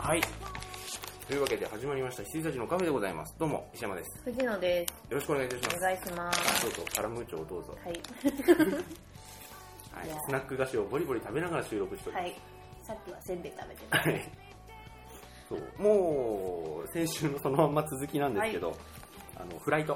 はい。というわけで始まりました羊たちのカフェでございます。どうも石山です。 藤野です。 よろしくお願いいたします。 お願いします。 どうぞカラムーチョをどうぞ。 はい。 はい、スナック菓子をボリボリ食べながら収録しております。 はい。さっきはせんべい食べてた。 はい。そうもう先週のそのまんま続きなんですけど、はい、フライト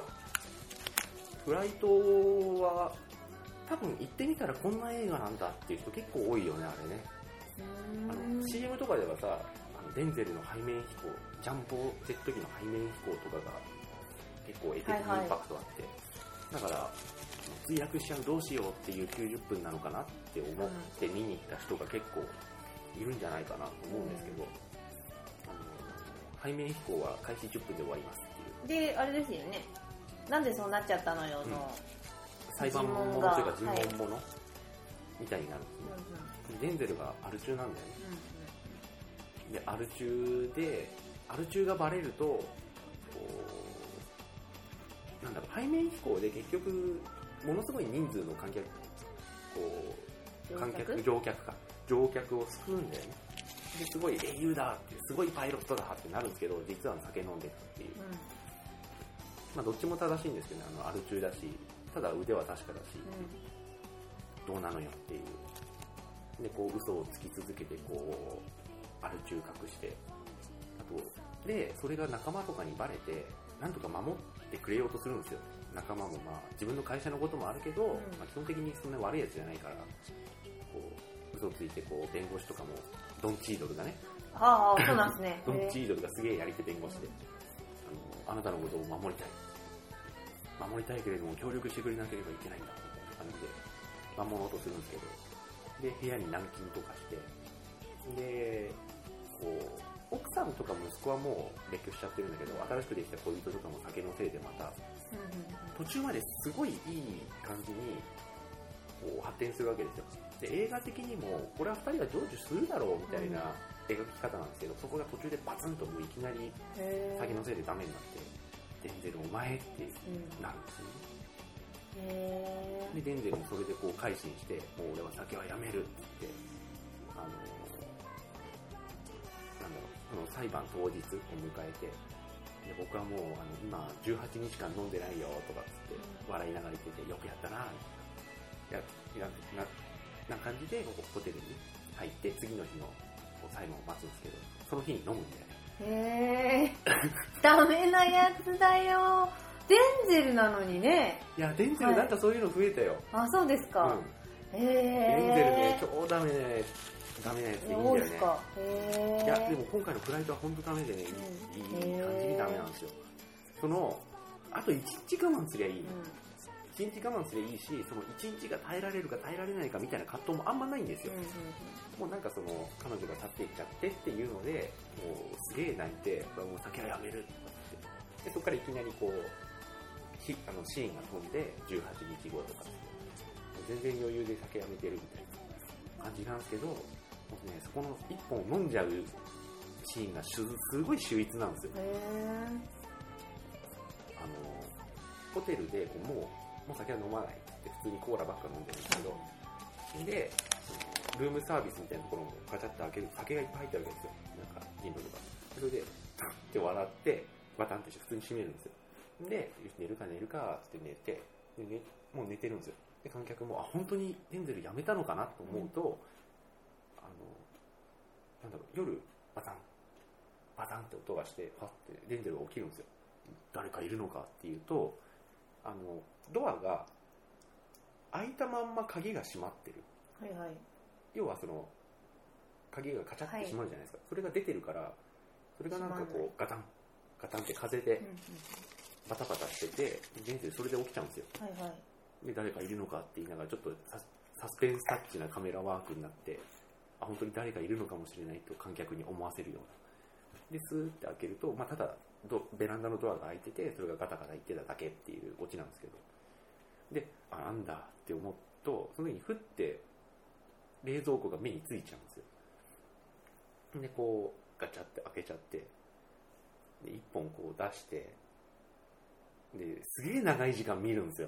は多分行ってみたらこんな映画なんだっていう人結構多いよね、あれね。CM とかではさ、デンゼルの背面飛行、ジャンボジェット機の背面飛行とかが結構絵的にインパクトあって、はいはい、だから墜落しちゃうどうしようっていう90分なのかなって思って見に行った人が結構いるんじゃないかなと思うんですけど、背面飛行は開始10分で終わりますっていう。 で、あれですよね、なんでそうなっちゃったのよの、 裁判物というか尋問物、みたいになるんですね、デンゼルがアル中なんだよね、でアル中がバレるとなんだろう、背面飛行で結局ものすごい人数の乗客を救うんだよね。ですごい英雄だって、すごいパイロットだってなるんですけど、実は酒飲んでるっていう、まあどっちも正しいんですけど、アル中だしただ腕は確かだし、どうなのよっていう。でこう嘘をつき続けてこうアル中隠して、あとでそれが仲間とかにバレてなんとか守ってくれようとするんですよ。仲間もまあ自分の会社のこともあるけど、まあ、基本的にそんな悪いやつじゃないから、こう嘘ついてこう弁護士とかもドンチードルがね、 ああそうなんですね。 ドンチードルがすげえやり手弁護士で、あなたのことを守りたいけれども協力してくれなければいけないんだみたいな感じで守ろうとするんですけど、で部屋に軟禁とかして、でこう奥さんとか息子はもう別居しちゃってるんだけど、新しくできた恋人とかも酒のせいでまた途中まですごいいい感じにこう発展するわけですよ。で映画的にもこれは2人は成就するだろうみたいな描き方なんですけど、そこが途中でバツンともういきなり酒のせいでダメになって、デンゼルお前ってなるんですよね。でデンゼルもそれでこう改心して、もう俺は酒はやめるって言って、裁判当日を迎えて、で僕はもう今18日間飲んでないよとかっつって笑いながら言ってて、よくやったなな感じでホテルに入って次の日の裁判を待つんですけど、その日に飲むんだよね。 ダメなやつだよ。デンゼルなのにね。いやデンゼルなんかそういうの増えたよ。 あ、そうですか。 デンゼルね、超ダメなやつでいいんだよね。いやでも今回のフライトは本当ダメでね、いい感じにダメなんですよ。あと1日我慢すりゃいい、1日我慢すりゃいいし、その1日が耐えられるか耐えられないかみたいな葛藤もあんまないんですよ。もうなんかその彼女が去っていっちゃってっていうので、もうすげえ泣いて、もう酒はやめるとかって、でそこからいきなりこうシーンが飛んで18日後とか全然余裕で酒やめてるみたいな感じなんですけど、僕ね、そこの1本飲んじゃうシーンがすごい秀逸なんですよ。ホテルでもう酒は飲まないって普通にコーラばっか飲んでるんですけど、でルームサービスみたいなところもガチャッと開ける、酒がいっぱい入ってるわけですよ。なんかインドとかそれでタンって笑ってバタンって普通に閉めるんですよ。で寝るかって寝て、で、もう寝てるんですよ。で観客も本当にデンゼルやめたのかなと思うと、なんだろう、夜バタンって音がしてパッてデンゼルが起きるんですよ。誰かいるのかっていうと、ドアが開いたまんま鍵が閉まってる、要はその鍵がカチャって閉まるじゃないですか、それが出てるから、それがなんかこうガタンって風でバタバタしてて、デンゼルそれで起きちゃうんですよ。で誰かいるのかって言いながらちょっとサスペンスタッチなカメラワークになって、本当に誰かいるのかもしれないと観客に思わせるような。でスーって開けると、ただベランダのドアが開いてて、それがガタガタ言ってただけっていうオチなんですけど、でなんだって思うと、その時にふって冷蔵庫が目についちゃうんですよ。でこうガチャって開けちゃって、で1本こう出して、ですげえ長い時間見るんですよ。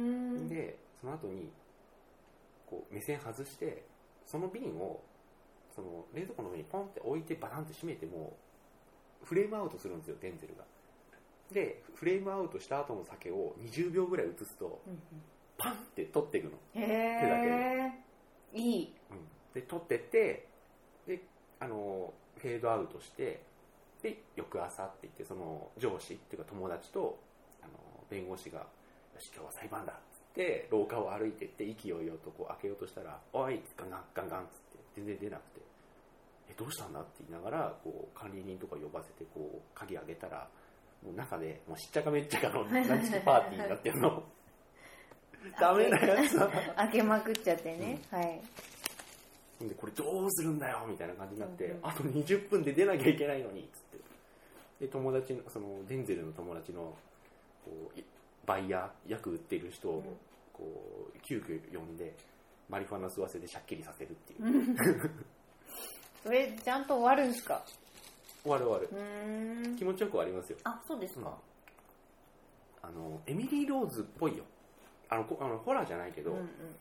でその後にこう目線外して、その瓶をその冷蔵庫の上にポンって置いてバタンって閉めてもフレームアウトするんですよ、デンゼルが。でフレームアウトした後の酒を20秒ぐらい移すと、パンって取っていくの。 へえ、いい。 で取ってってでフェードアウトして、で翌朝って言ってその上司っていうか友達と弁護士がよし今日は裁判だっつって廊下を歩いてって勢いよとこう開けようとしたらおいガンガンガンガンっつって全然出なくて、どうしたんだって言いながらこう管理人とか呼ばせてこう鍵開けたらもう中でもうしっちゃかめっちゃかのランチパーティーになってるのダメなやつだ開けまくっちゃってね、はい。 でこれどうするんだよみたいな感じになって、あと20分で出なきゃいけないのにっつって、で友達のそのデンゼルの友達のこうバイヤー薬売ってる人をこう急遽呼んでマリファナ吸わせてシャッキリさせるっていうそれちゃんと終わるんすか？ 終わる気持ちよく終わりますよ。 あ、そうですか。 エミリー・ローズっぽいよ。ホラーじゃないけど、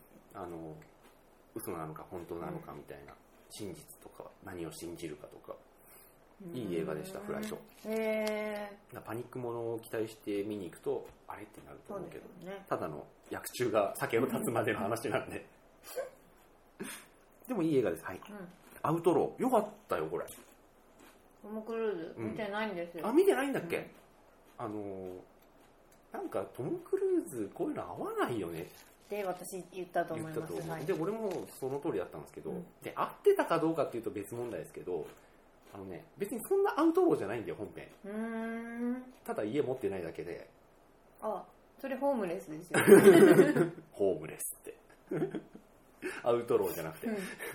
嘘なのか本当なのかみたいな、真実とか何を信じるかとか、いい映画でした。フライト。パニックものを期待して見に行くとあれってなると思うけど、ただの薬中が酒を断つまでの話なんででもいい映画です。はい、アウトローよかったよこれ。 トム・クルーズ見てないんですよ。 あ、見てないんだっけ？なんかトム・クルーズこういうの合わないよねって私言ったと思います。はい、 で俺もその通りだったんですけど、で合ってたかどうかっていうと別問題ですけど、別にそんなアウトローじゃないんだよ本編。ただ家持ってないだけで。 あ、それホームレスですよホームレスってアウトローじゃなくて、い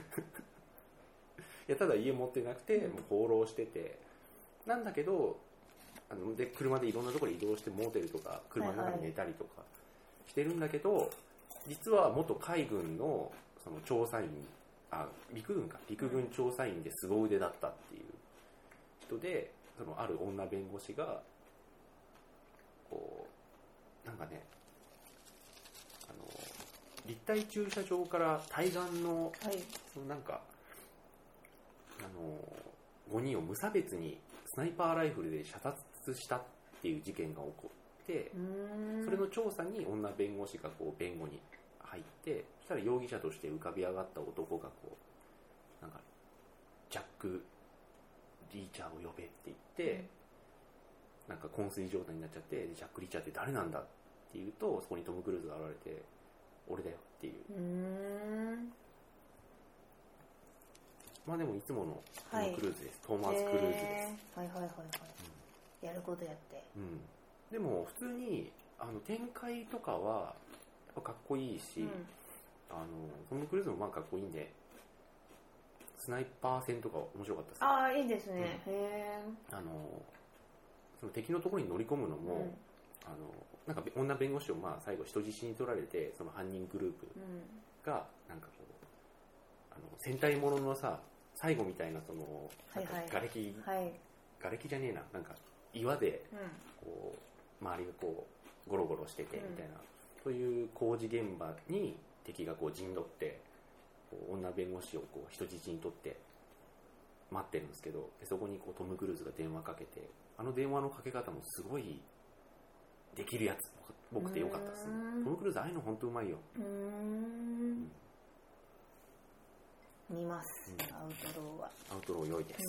やただ家持ってなくてもう放浪してて、なんだけどで車でいろんなところに移動してモーテルとか車の中に寝たりとかしてるんだけど、実は元海軍のその調査員、陸軍調査員で凄腕だったっていう人で、そのある女弁護士がこうなんかね、立体駐車場から対岸の、そのなんか5人を無差別にスナイパーライフルで射殺したっていう事件が起こって、それの調査に女弁護士がこう弁護に入って、そしたら容疑者として浮かび上がった男がこうなんかジャック・リーチャーを呼べって言って、なんか昏睡状態になっちゃって、ジャック・リーチャーって誰なんだっていうと、そこにトム・クルーズが現れて俺だよっていう。まあでもいつものトム・クルーズです。トーマス・クルーズです。 やることやって。 でも普通に展開とかはやっぱかっこいいし、トム・クルーズもまあかっこいいんで、スナイパー戦とか面白かったです。 ああ、いいですね。 その敵のところに乗り込むのも、なんか女弁護士をまあ最後人質に取られて、その犯人グループがなんかこう戦隊もののさ最後みたいなその瓦礫じゃねえな、なんか岩でこう周りがこうゴロゴロしててみたいな、そういう工事現場に敵がこう陣取ってこう女弁護士をこう人質に取って待ってるんですけど、でそこにこうトム・クルーズが電話かけて、電話のかけ方もすごいできるやつ僕ってよかったですね。トム・クルーズああいうの本当うまいよ。 見ます、アウトローは。 アウトロー良いです、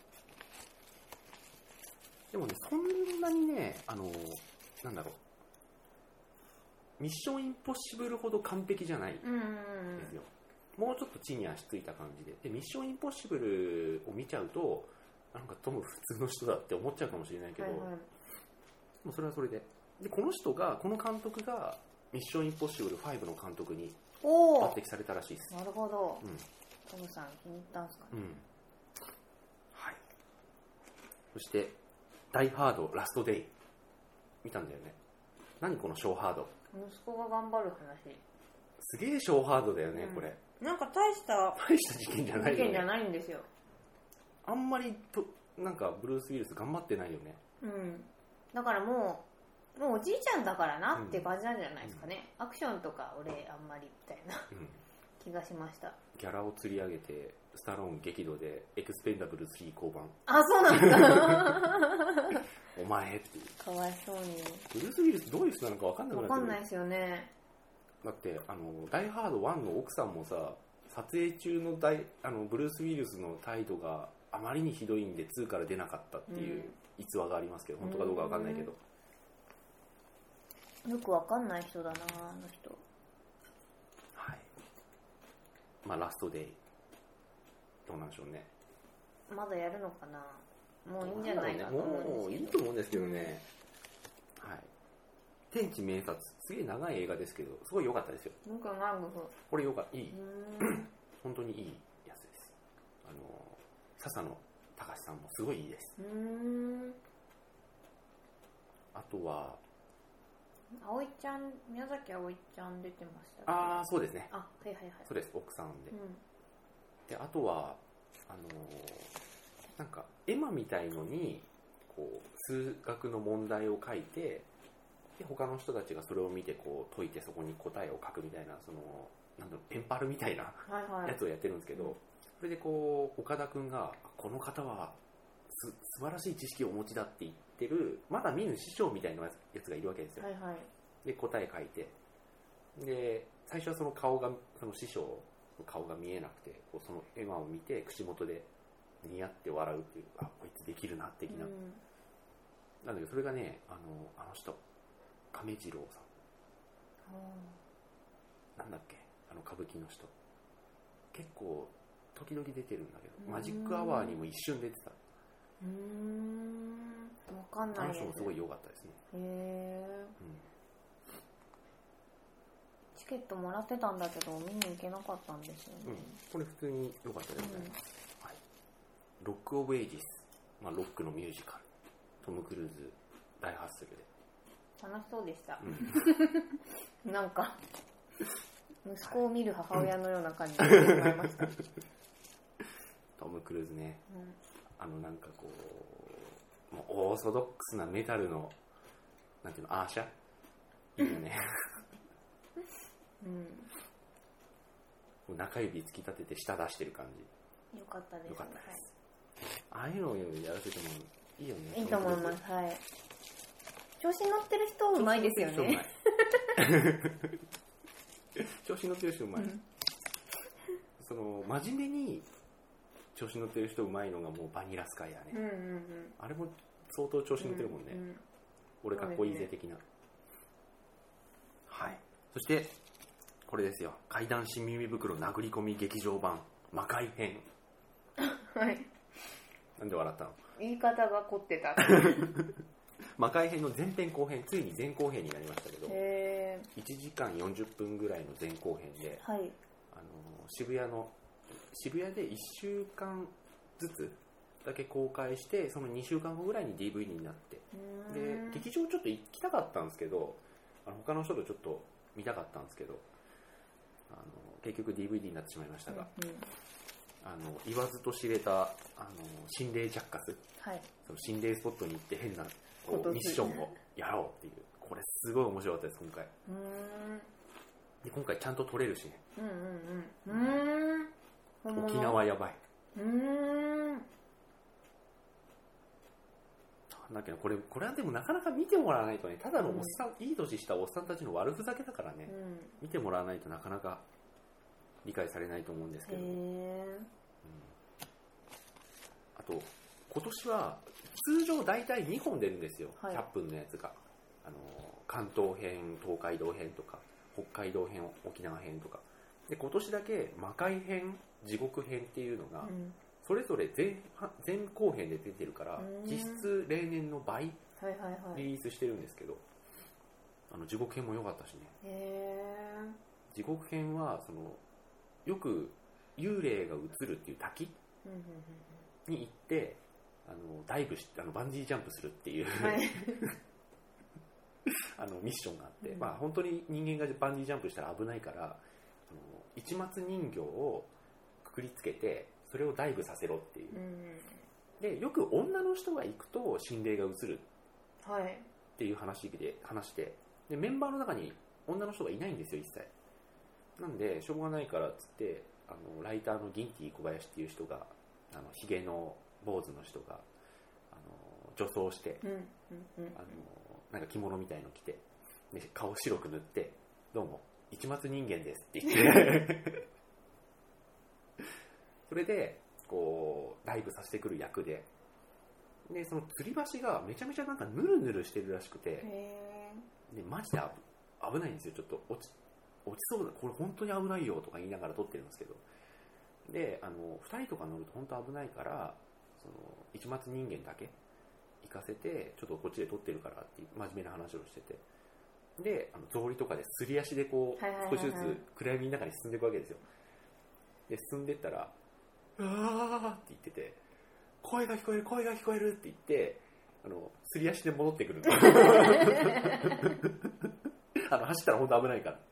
でもねそんなにねなんだろう、ミッションインポッシブルほど完璧じゃないんですよ。もうちょっと地に足ついた感じで、ミッションインポッシブルを見ちゃうとなんかトム普通の人だって思っちゃうかもしれないけど、もうそれはそれで、この監督がミッションインポッシブル5の監督に抜擢されたらしいです。 なるほど、トムさん気に入ったんですかね。 はい。そしてダイハードラストデイ見たんだよね。何このショーハード。 息子が頑張る話。 すげえショーハードだよね、これ。 なんか大した事件じゃないよね。 事件じゃないんですよ。 あんまりなんかブルース・ウィルス頑張ってないよね。 だからもうおじいちゃんだからなって感じなんじゃないですかね。アクションとか俺あんまりみたいな気がしました。 ギャラを釣り上げてスタローン激怒でエクスペンダブル3降板。 あ、そうなんですか。 お前っていう。 かわいそうに。 ブルース・ウィルスどういう人なのか分かんなくなってる。 わかんないですよね。 だってダイ・ハード1の奥さんもさ、撮影中のブルース・ウィルスの態度があまりにひどいんで2から出なかったっていう逸話がありますけど、本当かどうか分かんないけど、 よくわかんない人だな、あの人。 はい。まあラストデイどうなんでしょうね。 まだやるのかな。もういいんじゃないかと思うんですけど。 もういいと思うんですけどね、はい。天地明察、すげえ長い映画ですけど、すごい良かったですよ。 僕はなんかこれ良かった、いい。本当にいいやつです。笹野隆さんもすごいいいです。あとは葵ちゃん、宮崎葵ちゃん出てましたっけ？ ああ、そうですね。 あ、はいはいはい。 そうです、奥さんで。で、あとはなんか絵馬みたいのにこう数学の問題を書いて、で他の人たちがそれを見てこう解いてそこに答えを書くみたいな、なんだろう、ペンパルみたいなやつをやってるんですけど、それでこう岡田君がこの方は素晴らしい知識をお持ちだって言ってるまだ見ぬ師匠みたいなやつがいるわけですよ。 はいはい、 で答え書いて、で最初はその師匠の顔が見えなくて、こうその絵馬を見て口元でニヤって笑うっていう、あ、こいつできるな的な、なんだけどそれがね、あの人亀次郎さん、なんだっけ、歌舞伎の人、結構時々出てるんだけど、マジックアワーにも一瞬出てた。 わかんないです。 あの人もすごい良かったですね。 へえ、チケットもらってたんだけど見に行けなかったんですよね。 これ普通に良かったですね。はい、ロック・オブ・エイジス、ロックのミュージカル、トム・クルーズ大ハッスルで楽しそうでした、なんか息子を見る母親のような感じで思いました。 トム・クルーズね、なんかこう、もうオーソドックスなメタルのなんていうの、アーシャいいよね。中指突き立てて舌出してる感じ。 よかったです。 よかったです。ああいうのをやらせてもいいよね。 いいと思います。はい。調子に乗ってる人うまいですよね。 調子に乗ってる人うまい。真面目に調子に乗ってる人うまいのがもうバニラスカイだね。あれも相当調子に乗ってるもんね。俺かっこいいぜ的な。はい。そしてこれですよ。怪談新耳袋殴り込み劇場版魔界編。 はい。 なんで笑ったの？ 言い方が凝ってた。 魔界編の前編後編、ついに前後編になりましたけど、 1 時間40分ぐらいの前後編で、 はい、 渋谷で1週間ずつだけ公開して、その2週間後ぐらいに DVD になって、で劇場ちょっと行きたかったんですけど、他の人とちょっと見たかったんですけど、結局 DVD になってしまいましたが、言わずと知れた心霊ジャッカス、はい、その心霊スポットに行って変なミッションをやろうっていう、これすごい面白かったです。今回で、今回ちゃんと撮れるしね。沖縄やばい。だけどこれはでもなかなか見てもらわないとね、ただのおっさん、いい年したおっさんたちの悪ふざけだからね、見てもらわないとなかなか理解されないと思うんですけど、あと今年は通常大体2本出るんですよ、100分のやつが。関東編、東海道編とか北海道編、沖縄編とかで、今年だけ魔界編、地獄編っていうのがそれぞれ前後編で出てるから、実質例年の倍リリースしてるんですけど、地獄編も良かったしね。地獄編はよく幽霊が映るっていう滝に行ってダイブしてバンジージャンプするっていう、ミッションがあって、本当に人間がバンジージャンプしたら危ないから、市松人形をくくりつけてそれをダイブさせろっていう、でよく女の人が行くと心霊が映るっていう話してでメンバーの中に女の人がいないんですよ、一切。なんでしょうがないからっつってライターのギンティ小林っていう人がヒゲの坊主の人が女装して、なんか着物みたいの着てで顔白く塗ってどうも市松人間ですって言ってそれでこうライブさせてくる役でその吊り橋がめちゃめちゃなんかヌルヌルしてるらしくてでマジで危ないんですよ。ちょっと落ちそうだこれ本当に危ないよとか言いながら撮ってるんですけどで2人とか乗ると本当危ないからその市松人間だけ行かせてちょっとこっちで撮ってるからっていう真面目な話をしててで草履とかですり足でこう少しずつ暗闇の中に進んでいくわけですよ。で進んでったらうわーって言ってて声が聞こえる声が聞こえるって言ってすり足で戻ってくる走ったら本当危ないから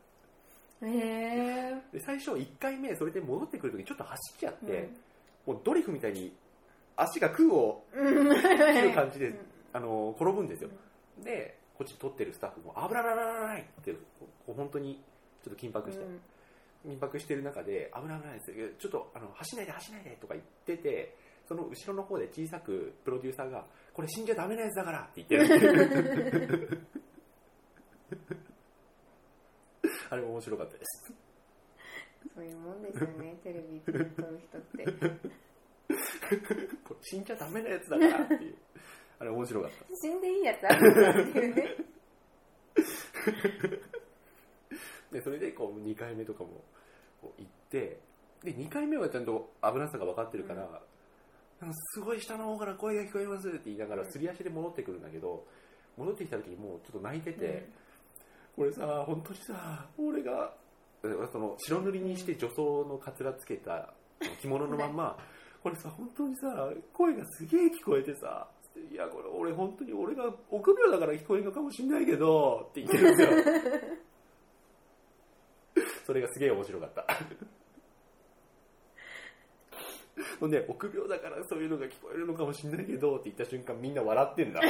で最初1回目それで戻ってくるときちょっと走っちゃって、もうドリフみたいに足が空を切る感じで、転ぶんですよ。でこっち撮ってるスタッフも危ない危ない危ないって本当にちょっと緊迫してる中で危ない危ないですちょっと走んないで走んないでとか言っててその後ろの方で小さくプロデューサーがこれ死んじゃダメなやつだからって言ってるあれも面白かったです。 そういうもんですよねテレビ撮る人ってこれ死んじゃダメなやつだからっていうあれ面白かった。 死んでいいやつあるんだっていうねでそれでこう2回目とかもこう行ってで2回目はちゃんと危なさが分かってるから、すごい下の方から声が聞こえますって言いながらすり足で戻ってくるんだけど戻ってきた時にもうちょっと泣いてて、これさ本当にさ俺がその白塗りにして女装のカツラつけた着物のまんまこれさ本当にさ声がすげえ聞こえてさいやこれ俺本当に俺が臆病だから聞こえるのかもしれないけどって言ってるんですよそれがすげえ面白かったほんで臆病だからそういうのが聞こえるのかもしれないけどって言った瞬間みんな笑ってんだ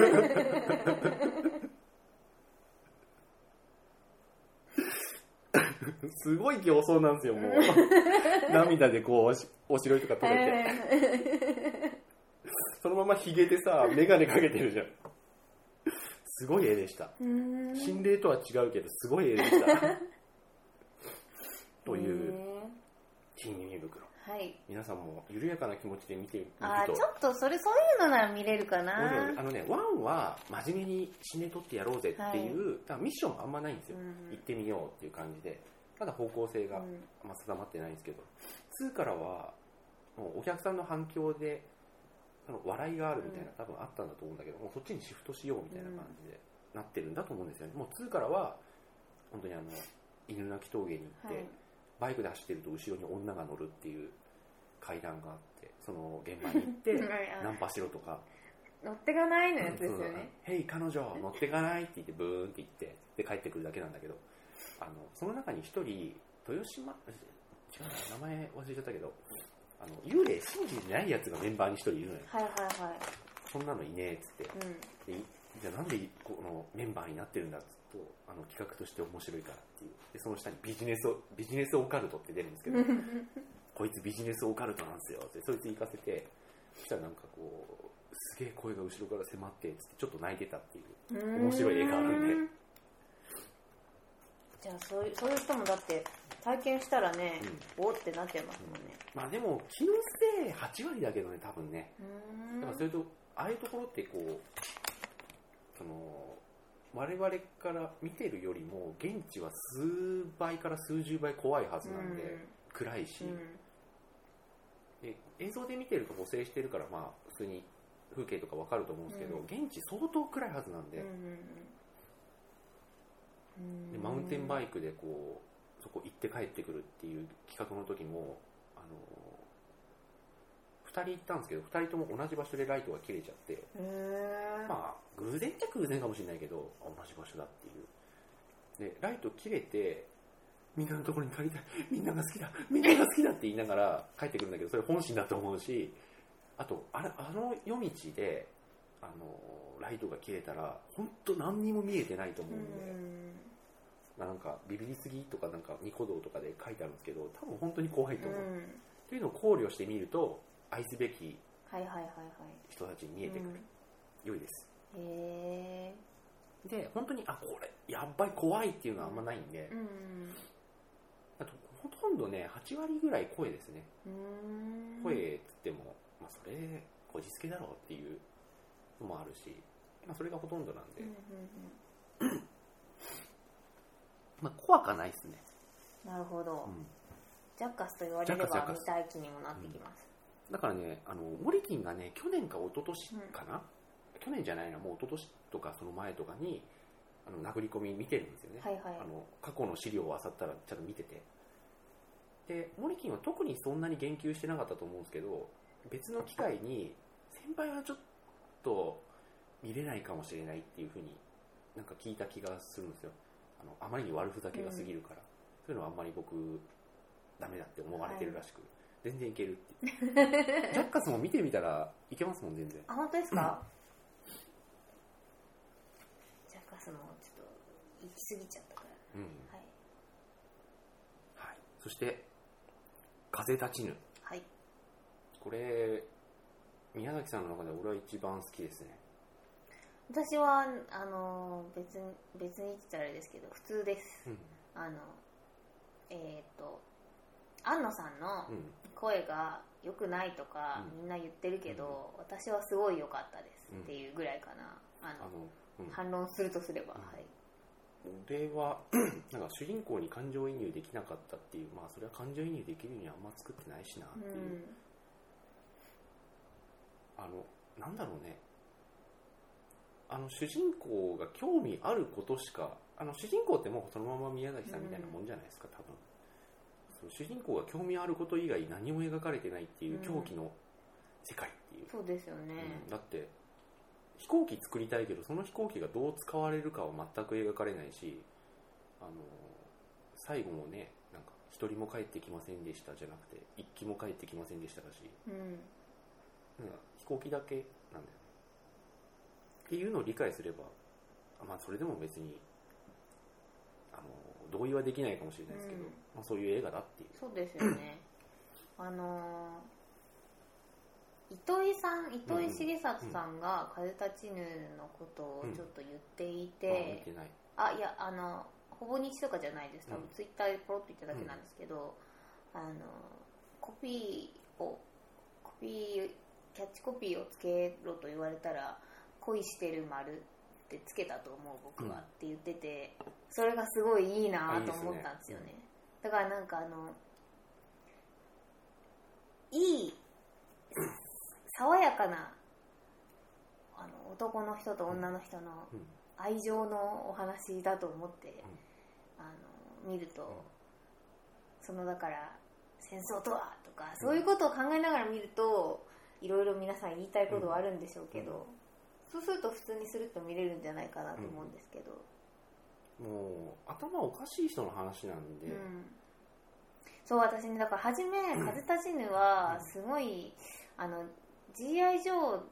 すごい形相なんですよもう涙でこうおしろいとか取れてそのままヒゲでさ眼鏡かけてるじゃん。すごい絵でした。心霊とは違うけどすごい絵でしたという金耳袋、 はい、 皆さんも緩やかな気持ちで見てみるとちょっとそういうのなら見れるかな。 ワンは真面目に心霊撮ってやろうぜっていう、だからミッションもあんまないんですよ、行ってみようっていう感じでまだ方向性が定まってないんですけど、2からはもうお客さんの反響で笑いがあるみたいな多分あったんだと思うんだけど、もうそっちにシフトしようみたいな感じでなってるんだと思うんですよね。もう2からは本当に犬鳴峠に行って、バイクで走ってると後ろに女が乗るっていう階段があってその現場に行ってナンパしろとか乗ってかないのやつですよね。 ヘイ彼女乗ってかないって言ってブーンって言ってで帰ってくるだけなんだけど、その中に一人豊島違う名前忘れちゃったけど幽霊信じてないやつがメンバーに一人いるのよ。そんなのいねえっつって、でじゃあなんでこのメンバーになってるんだっつうと企画として面白いからっていうでその下にビジネスオカルトって出るんですけどこいつビジネスオカルトなんですよってそいつ行かせてそしたらなんかこうすげえ声が後ろから迫ってっつってちょっと泣いてたっていう面白い絵があるんで、 じゃあそういう人もだって体験したらね、おってなっちゃいますもんね。 まあでも気のせい8割だけどね多分ね。だからそれとああいうところってこう我々から見てるよりも現地は数倍から数十倍怖いはずなんで、暗いし、で映像で見てると補正してるからまあ普通に風景とかわかると思うんですけど、現地相当暗いはずなんで、でマウンテンバイクでこうそこ行って帰ってくるっていう企画の時も2人行ったんですけど2人とも同じ場所でライトが切れちゃって、まあ偶然っちゃ偶然かもしれないけど同じ場所だっていうでライト切れてみんなのところに帰りたいみんなが好きだみんなが好きだって言いながら帰ってくるんだけどそれ本心だと思うしあと夜道でライトが切れたら本当何にも見えてないと思うんでなんかビビりすぎとかなんかニコ動とかで書いてあるんですけど、多分本当に怖いと思う、っていうのを考慮してみると愛すべき人たちに見えてくる、良いです。 へー。で本当にこれやっぱり怖いっていうのはあんまないんで、あとほとんどね8割ぐらい声ですね。声って言っても、それこじつけだろうっていうのもあるし、それがほとんどなんで、怖かないですね。 なるほど、ジャッカスと言われれば見たい気にもなってきます。 だからね、モリキンがね去年か一昨年かな、去年じゃないな、もう一昨年とかその前とかに殴り込み見てるんですよね、過去の資料を漁ったらちゃんと見てて、でモリキンは特にそんなに言及してなかったと思うんですけど、別の機会に先輩はちょっと見れないかもしれないっていう風になんか聞いた気がするんですよ。あまりに悪ふざけが過ぎるから、そういうのはあんまり僕ダメだって思われてるらしく、全然いけるってジャッカスも見てみたらいけますもん全然。 本当ですか、ジャッカスもちょっと行き過ぎちゃったから、 はい、そして風立ちぬ、これ宮崎さんの中で俺は一番好きですね。 私は別に言ってたらあれですけど普通です、安野さんの声が良くないとかみんな言ってるけど、私はすごい良かったですっていうぐらいかな、反論するとすれば、 俺はなんか主人公に感情移入できなかったっていう、それは感情移入できるにはあんま作ってないしなっていう、なんだろうね、主人公が興味あることしか、主人公ってもうそのまま宮崎さんみたいなもんじゃないですか、多分。その主人公が興味あること以外何も描かれてないっていう狂気の世界っていう、 そうですよね、 だって飛行機作りたいけどその飛行機がどう使われるかは全く描かれないし、最後もね、なんか一人も帰ってきませんでしたじゃなくて一機も帰ってきませんでしたらしい、なんか飛行機だけなんだよねっていうのを理解すれば、それでも別に同意はできないかもしれないですけど、そういう映画だっていう。 そうですよね糸井重里さんが風立ちぬのことをちょっと言っていて、 見てない。 いやほぼ日とかじゃないです、多分ツイッターでポロッと言っただけなんですけど、キャッチコピーをつけろと言われたら恋してる丸ってつけたと思う僕はって言ってて、それがすごいいいなと思ったんですよね。だからなんかいい爽やかな男の人と女の人の愛情のお話だと思って見ると、だから戦争とはとかそういうことを考えながら見るといろいろ皆さん言いたいことはあるんでしょうけど、そうすると普通にすると見れるんじゃないかなと思うんですけど、 もう頭おかしい人の話なんで、 そう、私ね、だから初め風立ちぬはすごいG.I. ジョ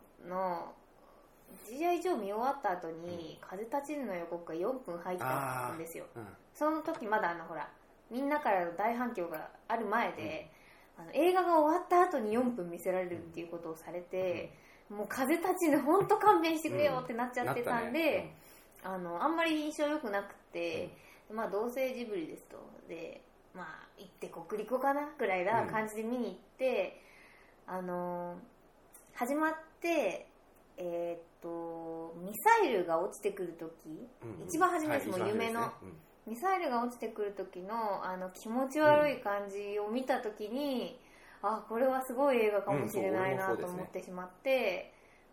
ー見終わった後に風立ちぬの予告が4分入ったんですよ、その時まだほらみんなからの大反響がある前で、映画が終わった後に4分見せられるっていうことをされて、もう風立ちぬ本当勘弁してくれよってなっちゃってたんで、あんまり印象良くなくて、どうせジブリですと、で行ってこくりこかなぐらいな感じで見に行って、始まってミサイルが落ちてくるとき、一番初めです、もう夢の、ミサイルが落ちてくるときの気持ち悪い感じを見たときに、これはすごい映画かもしれないなと思ってしまって、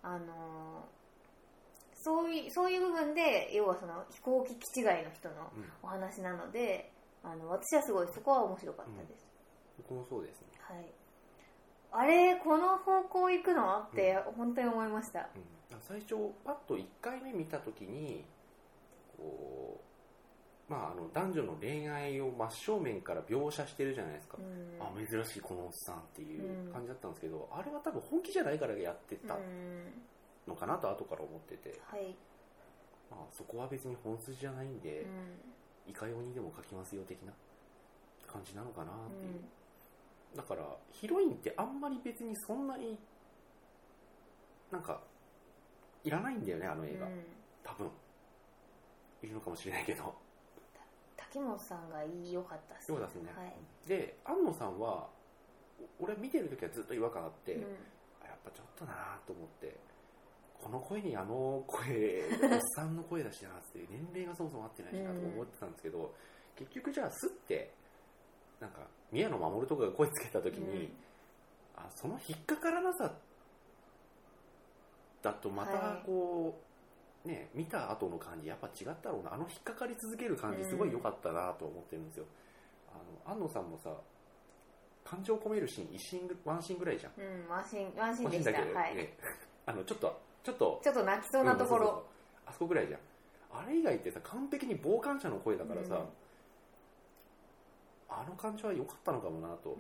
そういう部分で要はその飛行機機違いの人のお話なので、私はすごいそこは面白かったです。 僕もそうですね。 はい。あれこの方向行くのって本当に思いました。 最初パッと1回目見たときにこう、男女の恋愛を真正面から描写してるじゃないですか、珍しいこのおっさんっていう感じだったんですけど、あれは多分本気じゃないからやってたのかなと後から思ってて、そこは別に本筋じゃないんで、 いかようにでも描きますよ的な感じなのかなっていう、だからヒロインってあんまり別にそんなになんかいらないんだよね、あの映画、多分いるのかもしれないけど、 竹本さんが良かったっすね。 良かったですね、はい、で安野さんは俺見てる時はずっと違和感あって、やっぱちょっとなと思って、この声にあの声おっさんの声だしなっていう年齢がそもそも合ってないしなと思ってたんですけど、結局じゃあスッてなんか宮野真守とかが声つけた時に、あ、その引っかからなさだとまたこう、ね、見た後の感じやっぱ違ったろうな、あの引っかかり続ける感じすごい良かったなと思ってるんですよ。安野さんもさ、感情込めるシーンワンシーンぐらいじゃん、 ワンシーンでした、 ね、はい、ちょっと泣きそうなところ、 そうあそこぐらいじゃん。あれ以外ってさ、完璧に傍観者の声だからさ、あの感じは良かったのかもなと、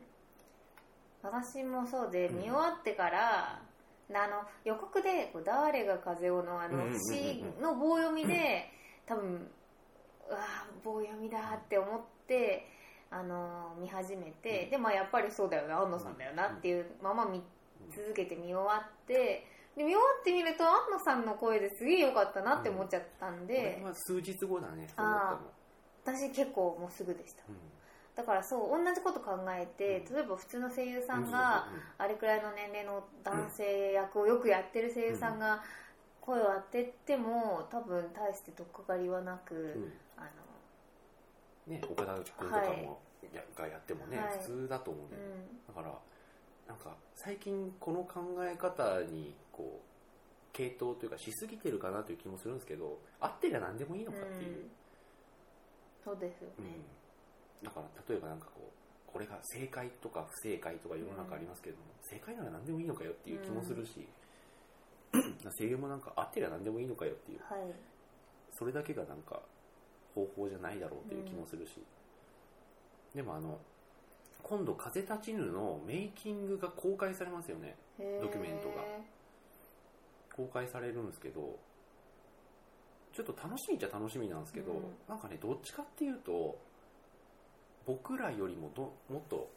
私もそうで、見終わってから、予告でこう誰が風をの詩の棒読みで、多分うわ棒読みだって思って見始めて、でやっぱりそうだよな、安野さんだよなっていうまま見続けて見終わって、で見終わってみると安野さんの声ですげえ良かったなって思っちゃったんで、 これは数日後だね、そう思ったの。 私結構もうすぐでした、だからそう同じこと考えて、例えば普通の声優さんがあれくらいの年齢の男性役をよくやってる声優さんが声を当てても多分大して取っかかりはなく、 ね、岡田君とかも、がやってもね、普通だと思うんだよね、だからなんか最近この考え方にこう系統というかしすぎてるかなという気もするんですけど、合ってりゃ何でもいいのかっていう、 そうですよね、 だから例えばなんかこれが正解とか不正解とか世の中ありますけども、正解なら何でもいいのかよっていう気もするし、声優もなんか合ってりゃ何でもいいのかよっていう、それだけがなんか方法じゃないだろうという気もするし、でも今度風立ちぬのメイキングが公開されますよね、ドキュメントが公開されるんですけど、ちょっと楽しみっちゃ楽しみなんですけど、なんかね、どっちかっていうと僕らよりももっと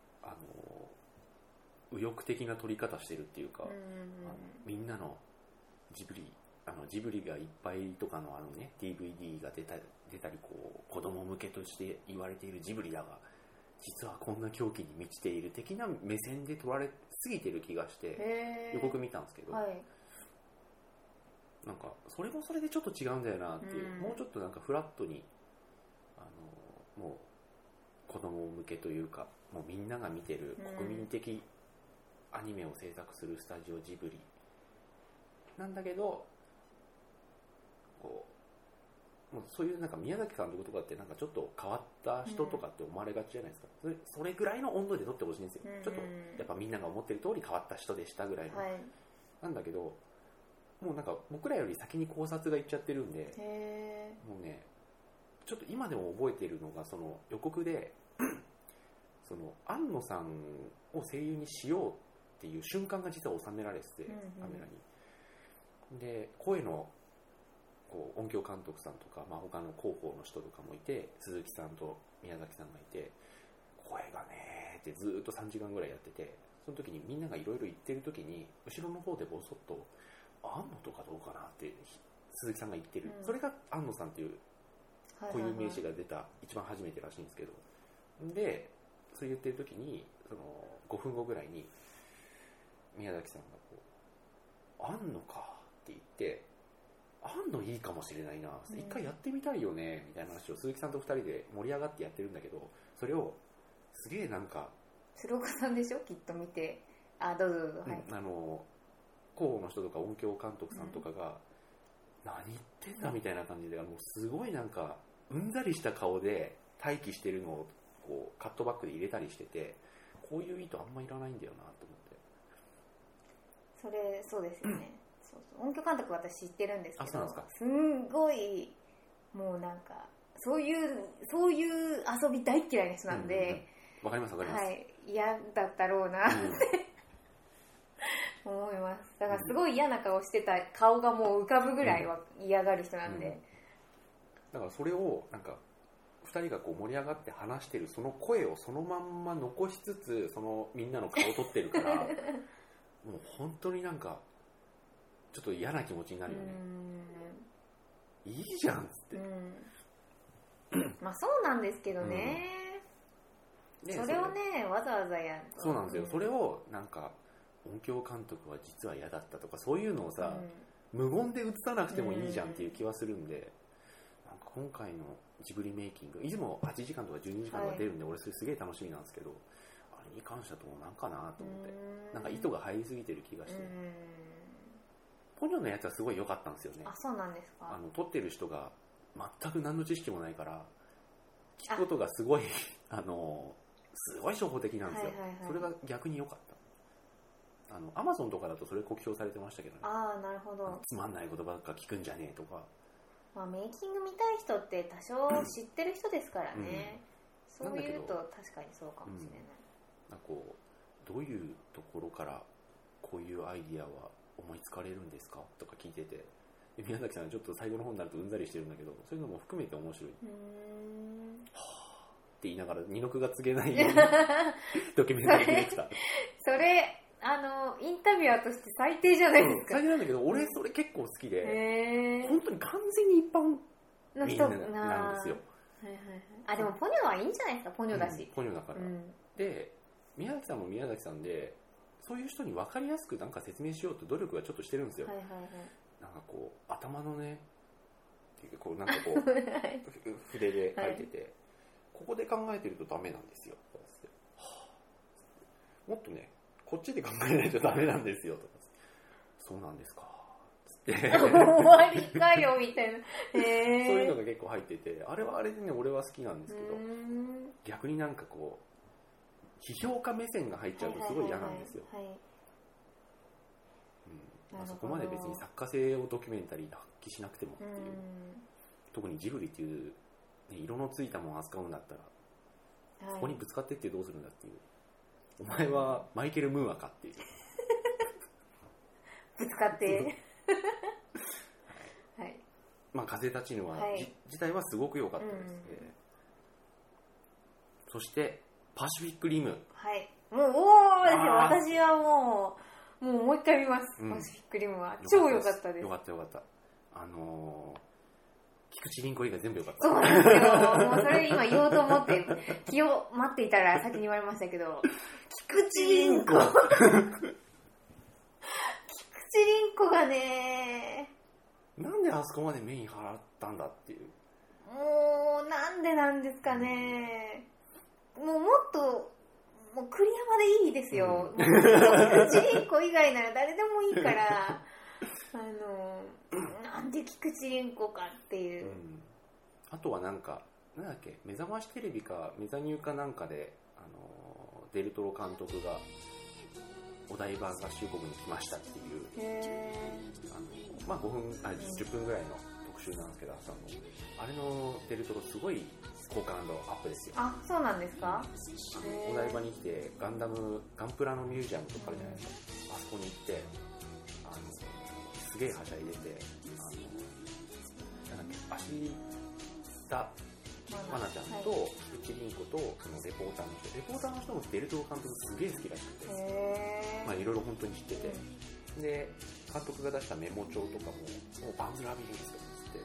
右翼的な撮り方してるっていうか、みんなのジブリがいっぱいとかのね DVD が出たり子供向けとして言われているジブリだが実はこんな狂気に満ちている的な目線で撮られすぎてる気がして予告見たんですけど、なんかそれもそれでちょっと違うんだよなっていう、もうちょっとなんかフラットにもう子供向けというか、もうみんなが見てる国民的アニメを制作するスタジオジブリなんだけど、もうそういうなんか宮崎監督とかってなんかちょっと変わった人とかって思われがちじゃないですか、それぐらいの温度で撮ってほしいんですよ、ちょっとやっぱみんなが思ってる通り変わった人でしたぐらいの、なんだけどもうなんか僕らより先に考察がいっちゃってるんで、もうねちょっと今でも覚えているのが、その予告でその安野さんを声優にしようっていう瞬間が実は収められてて、カメラにで声の音響監督さんとか、他の広報の人とかもいて、鈴木さんと宮崎さんがいて、声がねってずっと3時間ぐらいやってて、その時にみんながいろいろ言ってる時に後ろの方でボソッと安野とかどうかなって鈴木さんが言ってる、それが安野さんっていう固有名詞が出た一番初めてらしいんですけど、でそう言ってる時にその5分後ぐらいに宮崎さんが安野かって言って、安野いいかもしれないな、一回やってみたいよねみたいな話を鈴木さんと2人で盛り上がってやってるんだけど、それをすげえなんか鶴岡さんでしょきっと見て、どうぞどうぞ、 広報の人とか音響監督さんとかが、何言ってんだみたいな感じで、もうすごいなんかうんざりした顔で待機してるのをカットバックで入れたりしてて、こういう意図あんまいらないんだよなと思って。 そうですよね、音響監督は私知ってるんですけど、 すんごいもうなんかそういう遊び大嫌いな人なんで、 わかりますわかります、 嫌だったろうなって、思います。だからすごい嫌な顔してた顔がもう浮かぶぐらいは嫌がる人なんで、 だからそれをなんか2人がこう盛り上がって話してるその声をそのまんま残しつつそのみんなの顔を撮ってるからもう本当になんかちょっと嫌な気持ちになるよね。いいじゃんっつって、 まあそうなんですけどね、それをねわざわざやるとそうなんですよ、それをなんか音響監督は実は嫌だったとかそういうのをさ、無言で映さなくてもいいじゃんっていう気はするんで、なんか今回のジブリメイキングいつも8時間とか12時間とか出るんで、俺それすげえ楽しみなんですけど、あれに関してはどうなんかなと思って、なんか意図が入りすぎてる気がして、ポニョのやつはすごい良かったんですよね。 あ、そうなんですか。 撮ってる人が全く何の知識もないから聞くことがすごいすごい初歩的なんですよ、それが逆に良かった。アマゾンとかだとそれ酷評されてましたけどね。 ああ、なるほど。 つまんないことばっか聞くんじゃねえとか、 まあ、メイキング見たい人って多少知ってる人ですからね、そういうと確かにそうかもしれない。 なんかこうどういうところからこういうアイディアは思いつかれるんですかとか聞いてて、宮崎さんはちょっと最後の方になるとうんざりしてるんだけど、そういうのも含めて面白い。はぁって言いながら二の句が告げないドキュメンタリーディレクターそれインタビュアーとして最低じゃないですか。 最低なんだけど、俺それ結構好きで、本当に完全に一般の人なんですよ。 あ、でもポニョはいいんじゃないですか、ポニョだし、 ポニョだから、で宮崎さんも宮崎さんでそういう人に分かりやすくなんか説明しようと努力がちょっとしてるんですよ、なんかこう頭のねこうなんかこう筆で書いてて、ここで考えてるとダメなんですよとかって、もっとねこっちで考えないとダメなんですよとか、そうなんですかつって終わりかよみたいなそういうのが結構入ってて、あれはあれでね俺は好きなんですけど、逆になんかこう批評家目線が入っちゃうとすごい嫌なんですよ。そこまで別に作家性をドキュメンタリーで発揮しなくてもっていう、特にジブリっていう、ね、色のついたものを扱うんだったら、そこにぶつかってってどうするんだっていう、お前はマイケル・ムーアかっていうぶつかってはい、まあ風立ちぬは、自体はすごく良かったです、そしてパシフィックリム、 もう私はもう一回見ます、パシフィックリムは超良かったです。 よかった菊池凛子以外全部良かった。 そうなんですよ、もうそれ今言おうと思って気を待っていたら先に言われましたけど、菊池凛子がね、 なんであそこまでメイン払ったんだっていう、 もうなんでなんですかね、もっともう栗山でいいですよ、菊池凛子以外なら誰でもいいからなんで菊池凛子かっていう、 あとはなんだっけ、目覚ましテレビかメザニューかなんかでデルトロ監督がお台場合衆国に来ましたっていうまあ10分ぐらいの特集なんですけど、朝のあれのデルトロすごい好感度アップですよ。 あ、そうなんですか。 お台場に来てガンプラのミュージアムとかあるじゃないですか、あそこに行ってすげえはしゃいでて、芦田愛菜ちゃんと菊池凛子とそのレポーターの人もデルトロ監督すげえ好きらしくて、まあいろいろ本当に知ってて、で監督が出したメモ帳とかもバンズ・ラビリンスとかつって、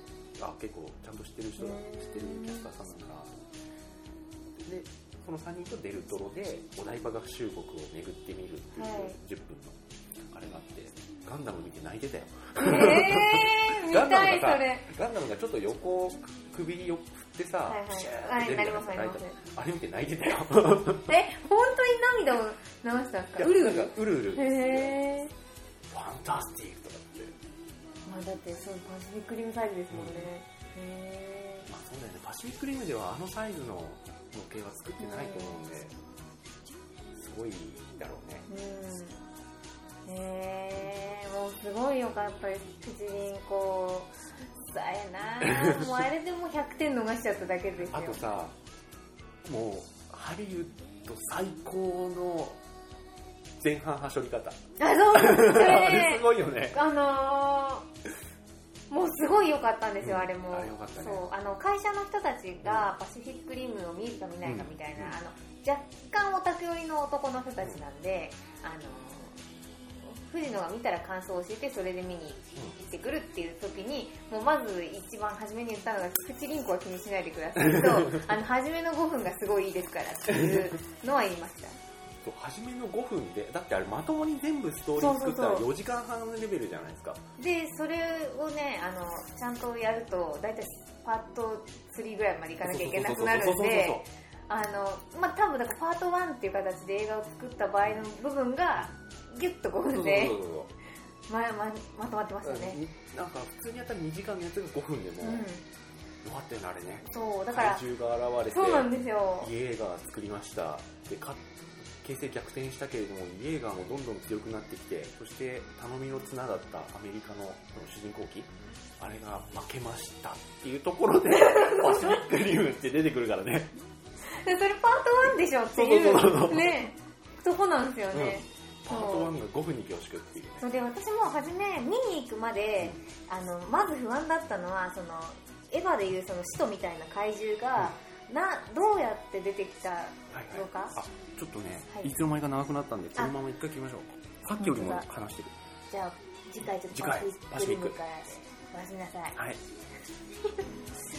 あ、結構ちゃんと知ってるキャスターさんなんだなと思って、でその3人とデルトロでお台場合衆国を巡ってみるっていう10分のあれがあって、ガンダム見て泣いてたよ。 見たいそれ。 ガンダムがちょっと横首を振ってさ、プシューって出るじゃないですか。あれ見て泣いてたよ。 本当に涙を流したんですか？うるうる。 うるうる。 ファンタスティックとかって。 まあだってそうパシフィックリムサイズですもんね。 まあそうだよね。パシフィックリムではあのサイズの模型は作ってないと思うんで、すごいだろうね。もうすごい良かったです。菊池凛子さえな。もうあれでも100点逃しちゃっただけですよ。 あとさ、もうハリウッド最高の前半はしょり方。 そうそれあれすごいよね。 もうすごい良かったんですよ、あれも。 あれ良かったね。 そう会社の人たちがパシフィックリムを見るか見ないかみたいな、若干オタク寄りの男の人たちなんで、藤野が見たら感想を教えてそれで見に行ってくるっていう時に、もうまず一番初めに言ったのが、菊池凛子は気にしないでくださいと初めの5分がすごいいいですからっていうのは言いました初めの5分で、だってあれまともに全部ストーリー作ったら4時間半レベルじゃないですか。 でそれをねちゃんとやるとだいたいパート3ぐらいまでいかなきゃいけなくなるんで、多分だからパート1っていう形で映画を作った場合の部分がギュッと5分でまとまってますよね。 なんか普通にやったら2時間のやつが5分でも、よかったよねあれね。 そうだから怪獣が現れて、 そうなんですよ、 イエーガー作りましたで形勢逆転したけれども、イエーガーもどんどん強くなってきて、そして頼みの綱だったアメリカの主人公機、あれが負けましたっていうところでパシフィックリムって出てくるからね。 それパート1でしょっていうね、とこなんですよね。 パート1が5分に凝縮っていうね。 そうで、私も初め見に行くまで、まず不安だったのは、エヴァでいうその使徒みたいな怪獣が、どうやって出てきたのか、 ちょっとね、いつの間にか長くなったんで、このまま一回切りましょう。さっきよりも話してる。 じゃあ次回ちょっとパシフィックリムからでおやすみなさい。 はい